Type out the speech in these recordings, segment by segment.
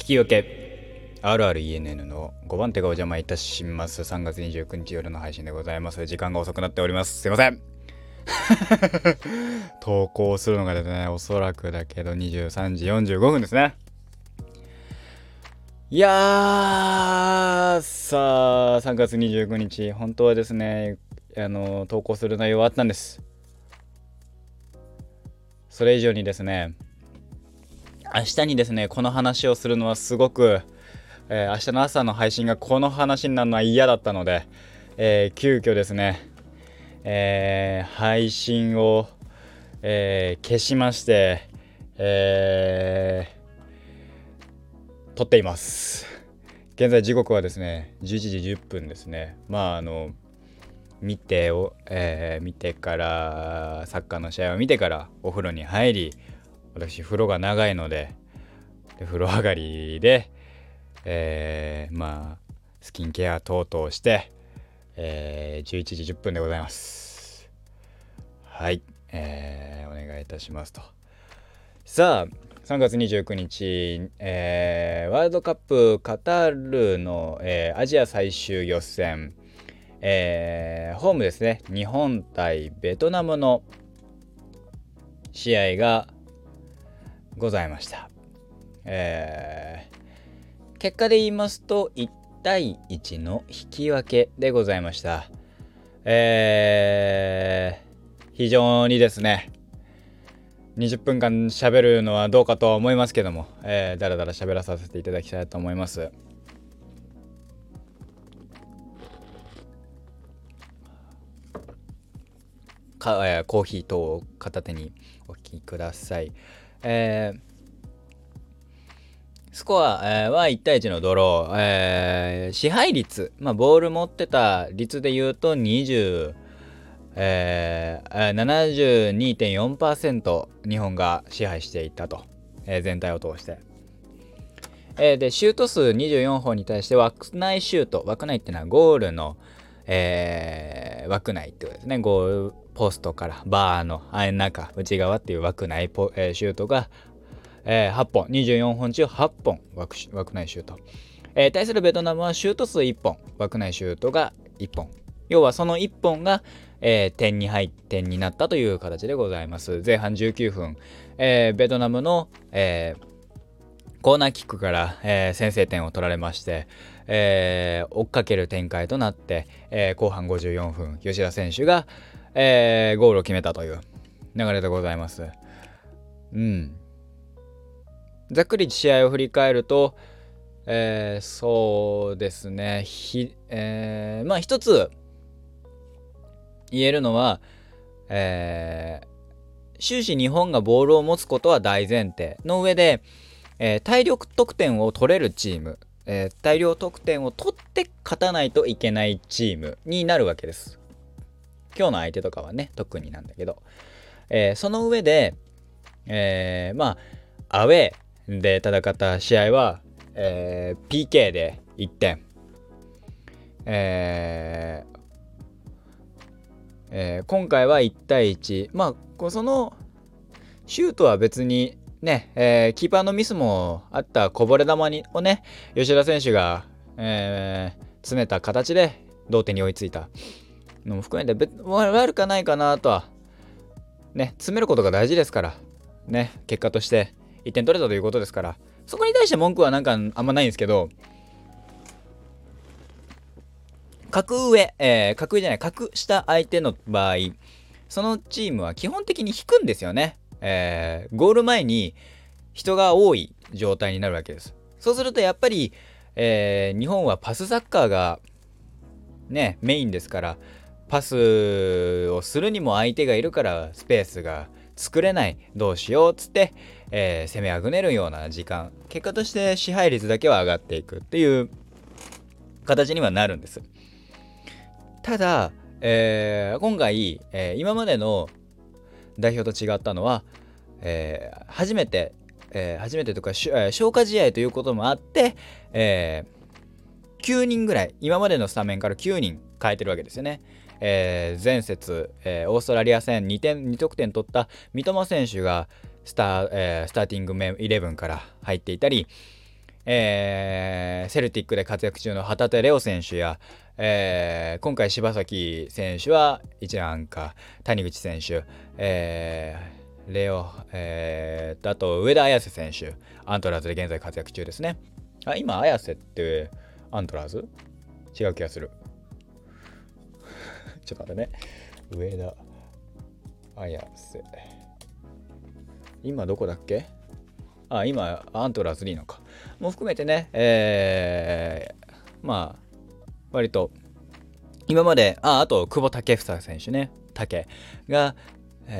き分け RRENN の5番手がお邪魔いたします。3月29日夜の配信でございます。時間が遅くなっております。すいません。投稿するのがですね、おそらくだけど23時45分ですね。いやー、さあ3月29日本当はですね、投稿する内容はあったんです。それ以上にですね、明日にですねこの話をするのはすごく、明日の朝の配信がこの話になるのは嫌だったので、急遽ですね、配信を、消しまして、撮っています。現在時刻はですね11時10分ですね。見てからサッカーの試合を見てからお風呂に入り、私風呂が長いので風呂上がりで、スキンケア等々して、11時10分でございます。はい、お願いいたしますと。さあ3月29日、ワールドカップカタールの、アジア最終予選、ホームですね、日本対ベトナムの試合がございました。結果で言いますと1対1の引き分けでございました。非常にですね20分間喋るのはどうかとは思いますけども、だらだら喋らさせていただきたいと思います。コーヒー等を片手にお聞きください。スコア、は1対1のドロー、支配率、ボール持ってた率で言うと72.4% 日本が支配していたと、全体を通して、でシュート数24本に対して枠内シュート、枠内っていうのはゴールの、枠内ってことですね。ゴールポストからバーの中内側っていう枠内シュートが、8本、24本中8本枠内シュート、対するベトナムはシュート数1本、枠内シュートが1本、要はその1本が、点になったという形でございます。前半19分、ベトナムの、コーナーキックから、先制点を取られまして、追っかける展開となって、後半54分吉田選手が、ゴールを決めたという流れでございます。ざっくり試合を振り返ると、そうですね、一つ言えるのは、終始日本がボールを持つことは大前提の上で、大量得点を取れるチーム、大量得点を取って勝たないといけないチームになるわけです。今日の相手とかはね特になんだけど、その上で、アウェーで戦った試合は、PK で1点、今回は1対1、そのシュートは別にね、キーパーのミスもあったこぼれ球をね吉田選手が、詰めた形で同点に追いついたのも含めて悪くはないかなとはね、詰めることが大事ですからね、結果として1点取れたということですから、そこに対して文句はなんかあんまないんですけど、格下相手の場合、そのチームは基本的に引くんですよね。ゴール前に人が多い状態になるわけです。そうするとやっぱり、日本はパスサッカーがねメインですから、パスをするにも相手がいるからスペースが作れない、どうしようっつって、攻めあぐねるような時間、結果として支配率だけは上がっていくっていう形にはなるんです。ただ、今回、今までの代表と違ったのは、初めてとか消化試合ということもあって、9人ぐらい今までのスタメンから9人変えてるわけですよね。前節、オーストラリア戦2得点取った三笘選手がスターティングイレブンから入っていたり、 セルティックで活躍中の旗手怜央選手や、今回柴崎選手は一覧か、谷口選手、レオ、あと上田綺世選手、アントラーズで現在活躍中ですね。今綾瀬ってアントラーズ違う気がする。ちょっと待ってね。上田綾瀬、今どこだっけ。今アントラーズでいいのかも含めてね、まあ割と今まであと久保建英選手ね、武が、ス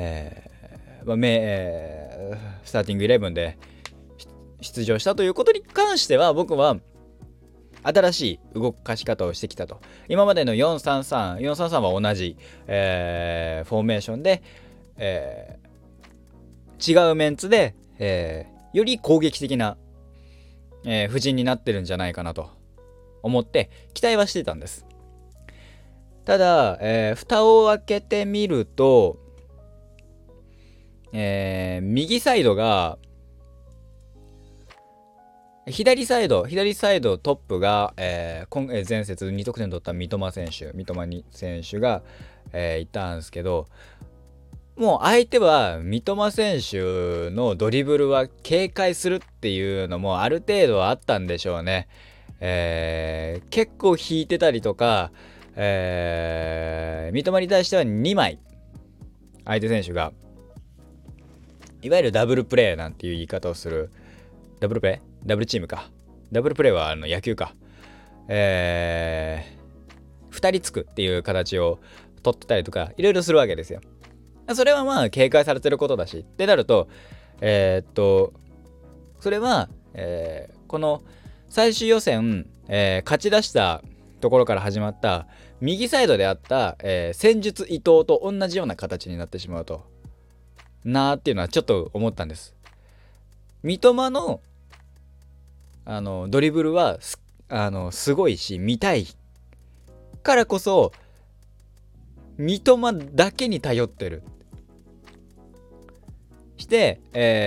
ターティングイレブンで出場したということに関しては、僕は新しい動かし方をしてきたと。今までの433は同じ、フォーメーションで、違うメンツで、より攻撃的な、布陣になってるんじゃないかなと思って期待はしてたんです。ただ、蓋を開けてみると、右サイドが左サイドトップが、前節2得点取った三笘選手が、いたんですけど、もう相手は三笘選手のドリブルは警戒するっていうのもある程度あったんでしょうね。結構引いてたりとか、三笘に対しては2枚相手選手がいわゆるダブルプレーなんていう言い方をする。ダブルチームか。ダブルプレーは野球か。2人つくっていう形を取ってたりとかいろいろするわけですよ。それはまあ警戒されてることだしってなると、それは、この最終予選、勝ち出したところから始まった右サイドであった、戦術伊藤と同じような形になってしまうとなーっていうのはちょっと思ったんです。三笘のドリブルはすごいし見たいからこそ三笘だけに頼ってるして、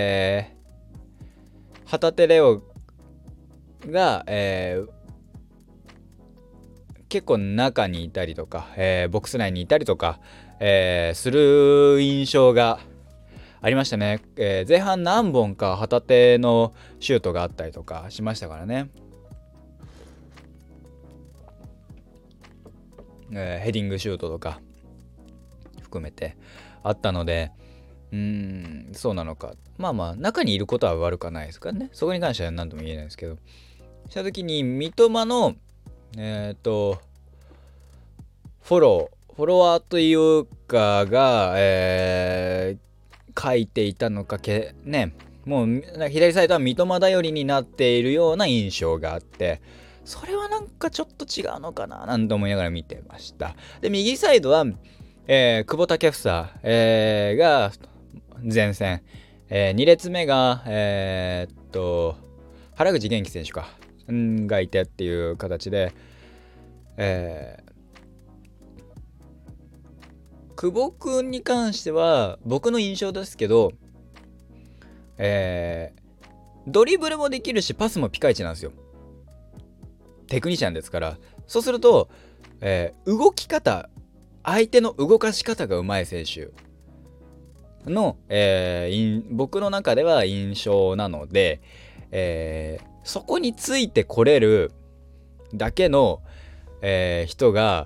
旗手怜央が、結構中にいたりとか、ボックス内にいたりとか、する印象がありましたね。前半何本か旗手のシュートがあったりとかしましたからね。ヘディングシュートとか含めてあったので、そうなのか。まあ中にいることは悪くはないですからね。そこに関しては何とも言えないですけど、した時に三笘のフォロワーというかが、書いていたのかね、もう左サイドは三笘頼りになっているような印象があって、それはなんかちょっと違うのかななんて思いながら見てました。で右サイドは、久保建英、が前線、2列目が原口元気選手がいてっていう形で、久保くんに関しては僕の印象ですけど、ドリブルもできるしパスもピカイチなんですよ。テクニシャンですから。そうすると、動き方、相手の動かし方がうまい選手の、僕の中では印象なので、そこについてこれるだけの、人が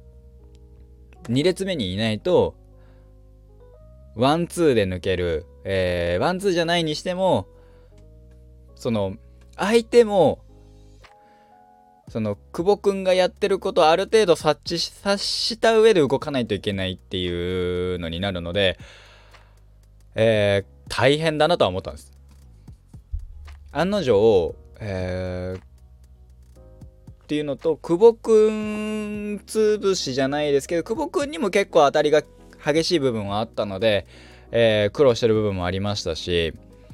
2列目にいないとワンツーで抜ける、ワンツーじゃないにしてもその相手もその久保くんがやってることをある程度察した上で動かないといけないっていうのになるので、大変だなとは思ったんです。案の定、っていうのと、久保くん潰しじゃないですけど、久保くんにも結構当たりが激しい部分はあったので、苦労してる部分もありましたし、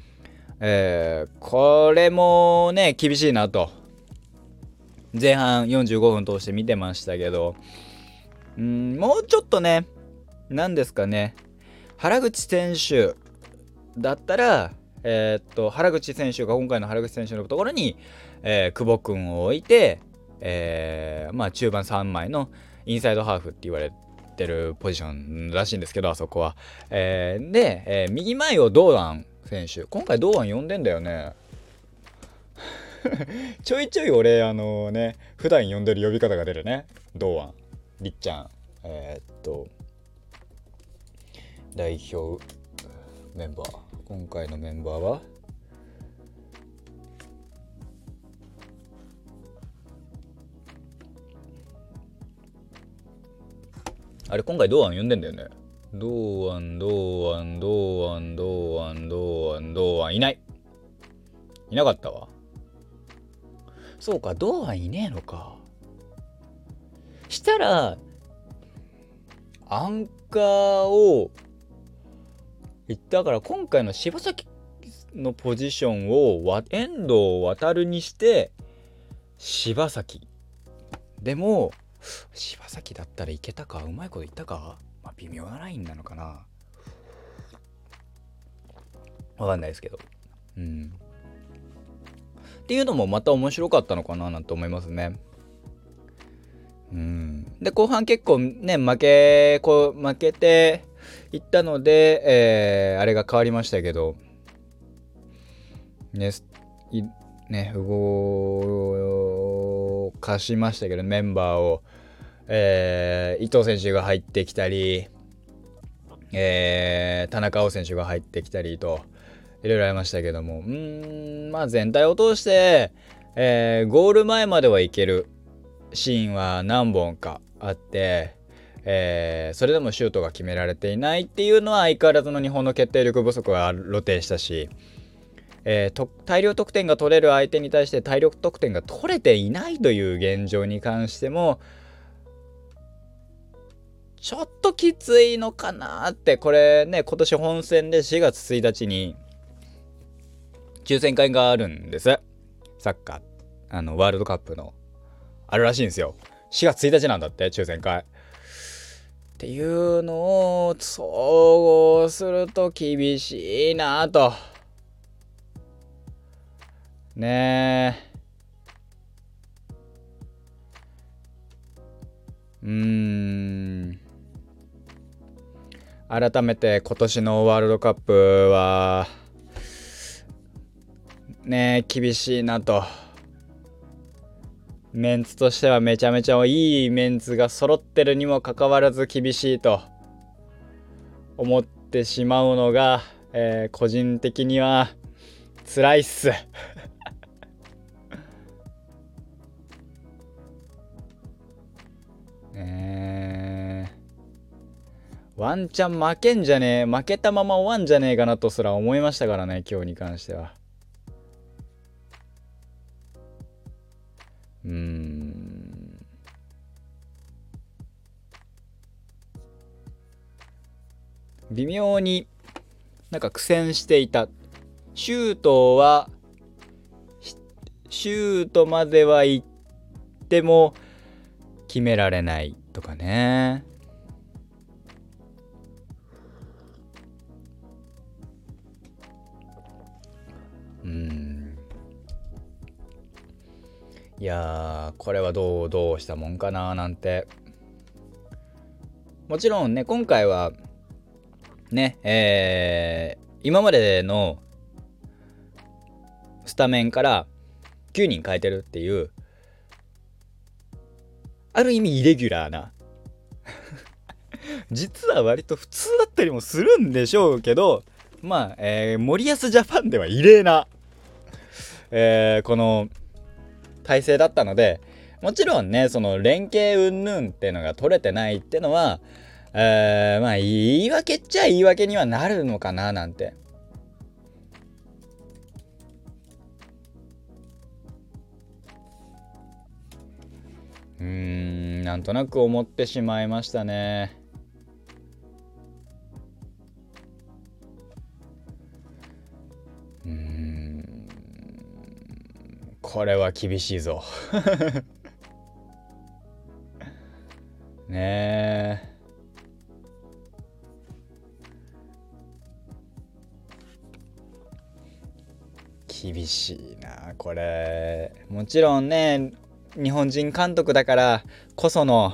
これもね厳しいなと前半45分通して見てましたけど、もうちょっとね、なんですかね、原口選手だったら、 原口選手が今回の原口選手のところに、久保君を置いて、中盤3枚のインサイドハーフって言われてるポジションらしいんですけど、あそこは。で、右前を堂安選手。今回堂安呼んでんだよね。ちょいちょい俺普段呼んでる呼び方が出るね。堂安、りっちゃん、代表メンバー、今回のメンバーはあれ、今回堂安呼んでんだよね。堂安いない。いなかったわ。そうか、堂安いねえのか。したらアンカーをだから今回の柴崎のポジションを遠藤航にして柴崎でも柴崎だったらいけたか、うまいこと言ったか、微妙なラインなのかな、わかんないですけど、っていうのもまた面白かったのかななんて思いますね。で後半結構ね負けていったので、あれが変わりましたけど動かしましたけど、メンバーを、伊藤選手が入ってきたり、田中碧選手が入ってきたりといろいろありましたけども、全体を通して、ゴール前まではいけるシーンは何本かあって、それでもシュートが決められていないっていうのは相変わらずの日本の決定力不足は露呈したし、大量得点が取れる相手に対して大量得点が取れていないという現状に関してもちょっときついのかなって。これね、今年本戦で4月1日に抽選会があるんです。サッカーワールドカップのあるらしいんですよ。4月1日なんだって、抽選会っていうのを総合すると厳しいなとねえ。改めて今年のワールドカップはね厳しいなと。メンツとしてはめちゃめちゃいいメンツが揃ってるにもかかわらず厳しいと思ってしまうのが、個人的には辛いっす。ワンチャン負けたまま終わんじゃねえかなとすら思いましたからね、今日に関しては。微妙になんか苦戦していた。シュートまでは行っても決められないとかね。いやー、これはどうしたもんかななんて。もちろんね、今回はね、今までのスタメンから9人変えてるっていうある意味イレギュラーな実は割と普通だったりもするんでしょうけど、森保ジャパンでは異例な、この体制だったので、もちろんねその連携云々っていうのが取れてないってのは、言い訳っちゃ言い訳にはなるのかななんて。なんとなく思ってしまいましたね。これは厳しいぞねえ。 厳しいなこれ。もちろんね、日本人監督だからこその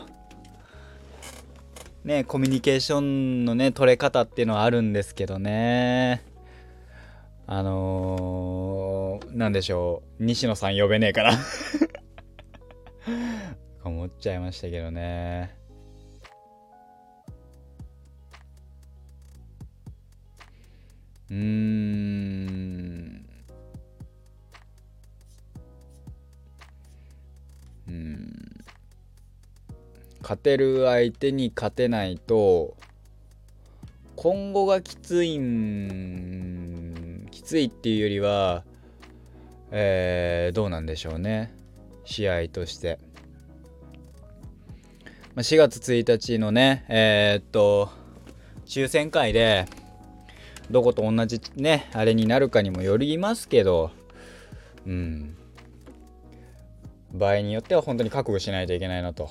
ね、コミュニケーションのね取れ方っていうのはあるんですけどね。なんでしょう、西野さん呼べねえかな思っちゃいましたけどね。勝てる相手に勝てないと今後がきついっていうよりは、どうなんでしょうね、試合として。4月1日のね抽選会でどこと同じねあれになるかにもよりますけど、場合によっては本当に覚悟しないといけないなと。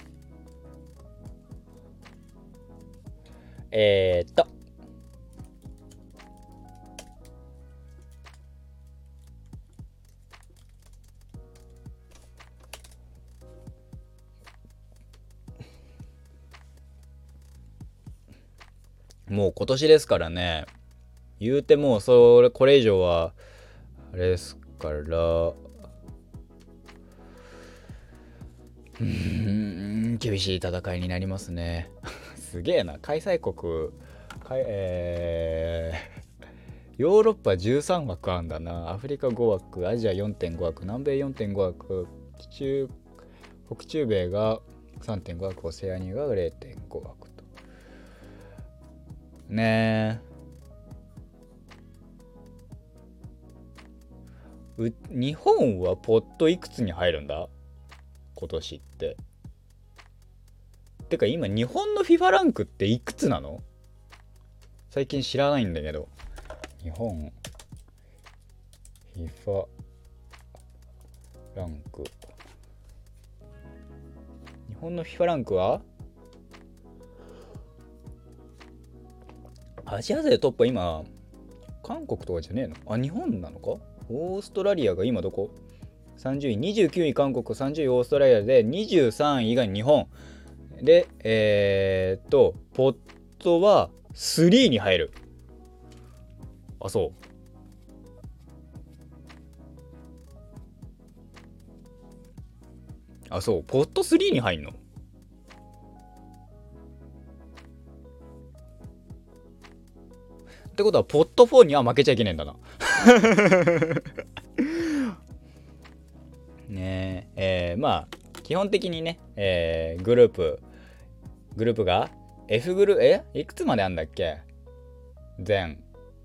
もう今年ですからね、言うてもうこれ以上はあれですから厳しい戦いになりますねすげえな、開催国ヨーロッパ13枠あんだな。アフリカ5枠、アジア 4.5 枠、南米 4.5 枠、北中米が 3.5 枠、オセアニアが 0.5 枠と。ねえ。日本はポットいくつに入るんだ今年って。てか今日本の FIFA ランクっていくつなの？最近知らないんだけど。日本 FIFA ランク、日本の FIFA ランクはアジア勢トップは今韓国とかじゃねえの？あ、日本なのか？オーストラリアが今どこ？30位、29位韓国、30位オーストラリアで、23位が日本で、ポットは3に入る。あ、そう。あ、そう。ポット3に入んの？ってことは、ポット4には負けちゃいけないんだな。ねえ、まあ、基本的にね、グループが F グループ、いくつまであんだっけ？全。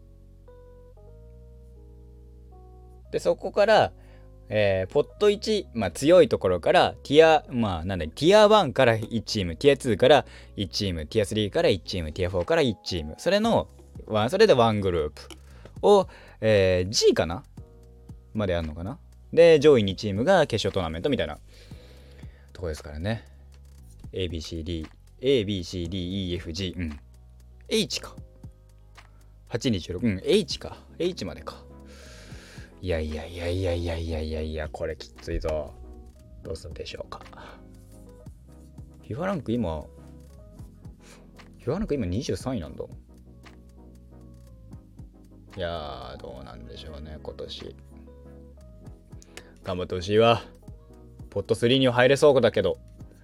で、そこから、ポット1、まあ強いところからティア1から1チーム、ティア2から1チーム、ティア3から1チーム、ティア4から1チーム、それで1グループを、G かなまであるのかな。で、上位2チームが決勝トーナメントみたいなとこですからね。ABCDEFG、H か。8に16、H か。H までか。いや、これきついぞ。どうするでしょうか。FIFA ランク今23位なんだ。いやー、どうなんでしょうね、今年。頑張ってほしいわ。ポット3には入れそうだけど。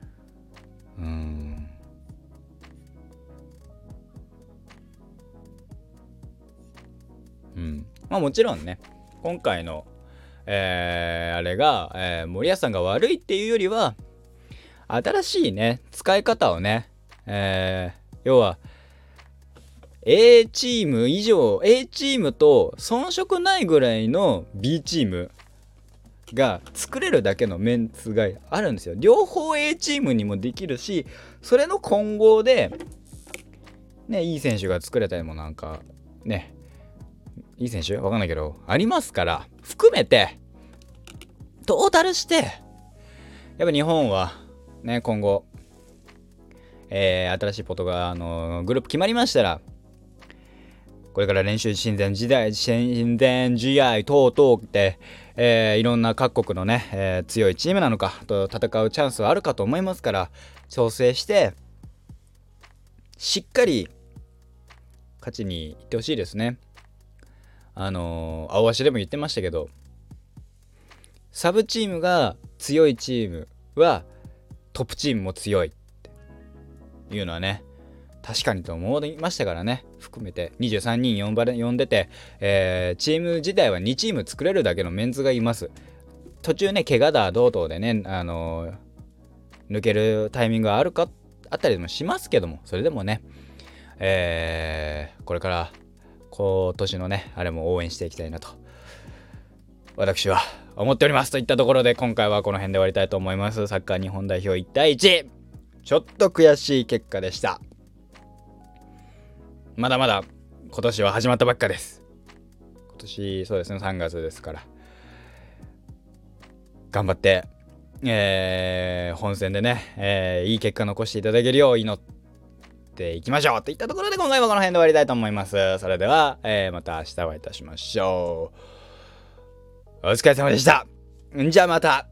まあもちろんね、今回の、あれが、森保さんが悪いっていうよりは、新しいね、使い方をね、要は、A チームと遜色ないぐらいの B チームが作れるだけのメンツがあるんですよ。両方 A チームにもできるし、それの混合で、ね、いい選手が作れたりもなんか、ね、いい選手わかんないけど、ありますから、含めて、トータルして、やっぱ日本は、ね、今後、新しいポトが、グループ決まりましたら、 これから練習親善試合等々って、いろんな各国のね、強いチームなのかと戦うチャンスはあるかと思いますから、調整してしっかり勝ちに行ってほしいですね。青足でも言ってましたけど、サブチームが強いチームはトップチームも強いっていうのはね、確かにと思いましたからね。含めて23人呼んでて、チーム自体は2チーム作れるだけのメンツがいます。途中ね、怪我だどうとでね、抜けるタイミングがあったりもしますけども、それでもね、これから今年のねあれも応援していきたいなと私は思っておりますといったところで、今回はこの辺で終わりたいと思います。サッカー日本代表1対1、ちょっと悔しい結果でした。まだまだ今年は始まったばっかです。今年そうですね、3月ですから頑張って、本戦でね、いい結果残していただけるよう祈っていきましょうといったところで、今回はこの辺で終わりたいと思います。それでは、また明日お会いいたしましょう。お疲れ様でした。じゃあまた。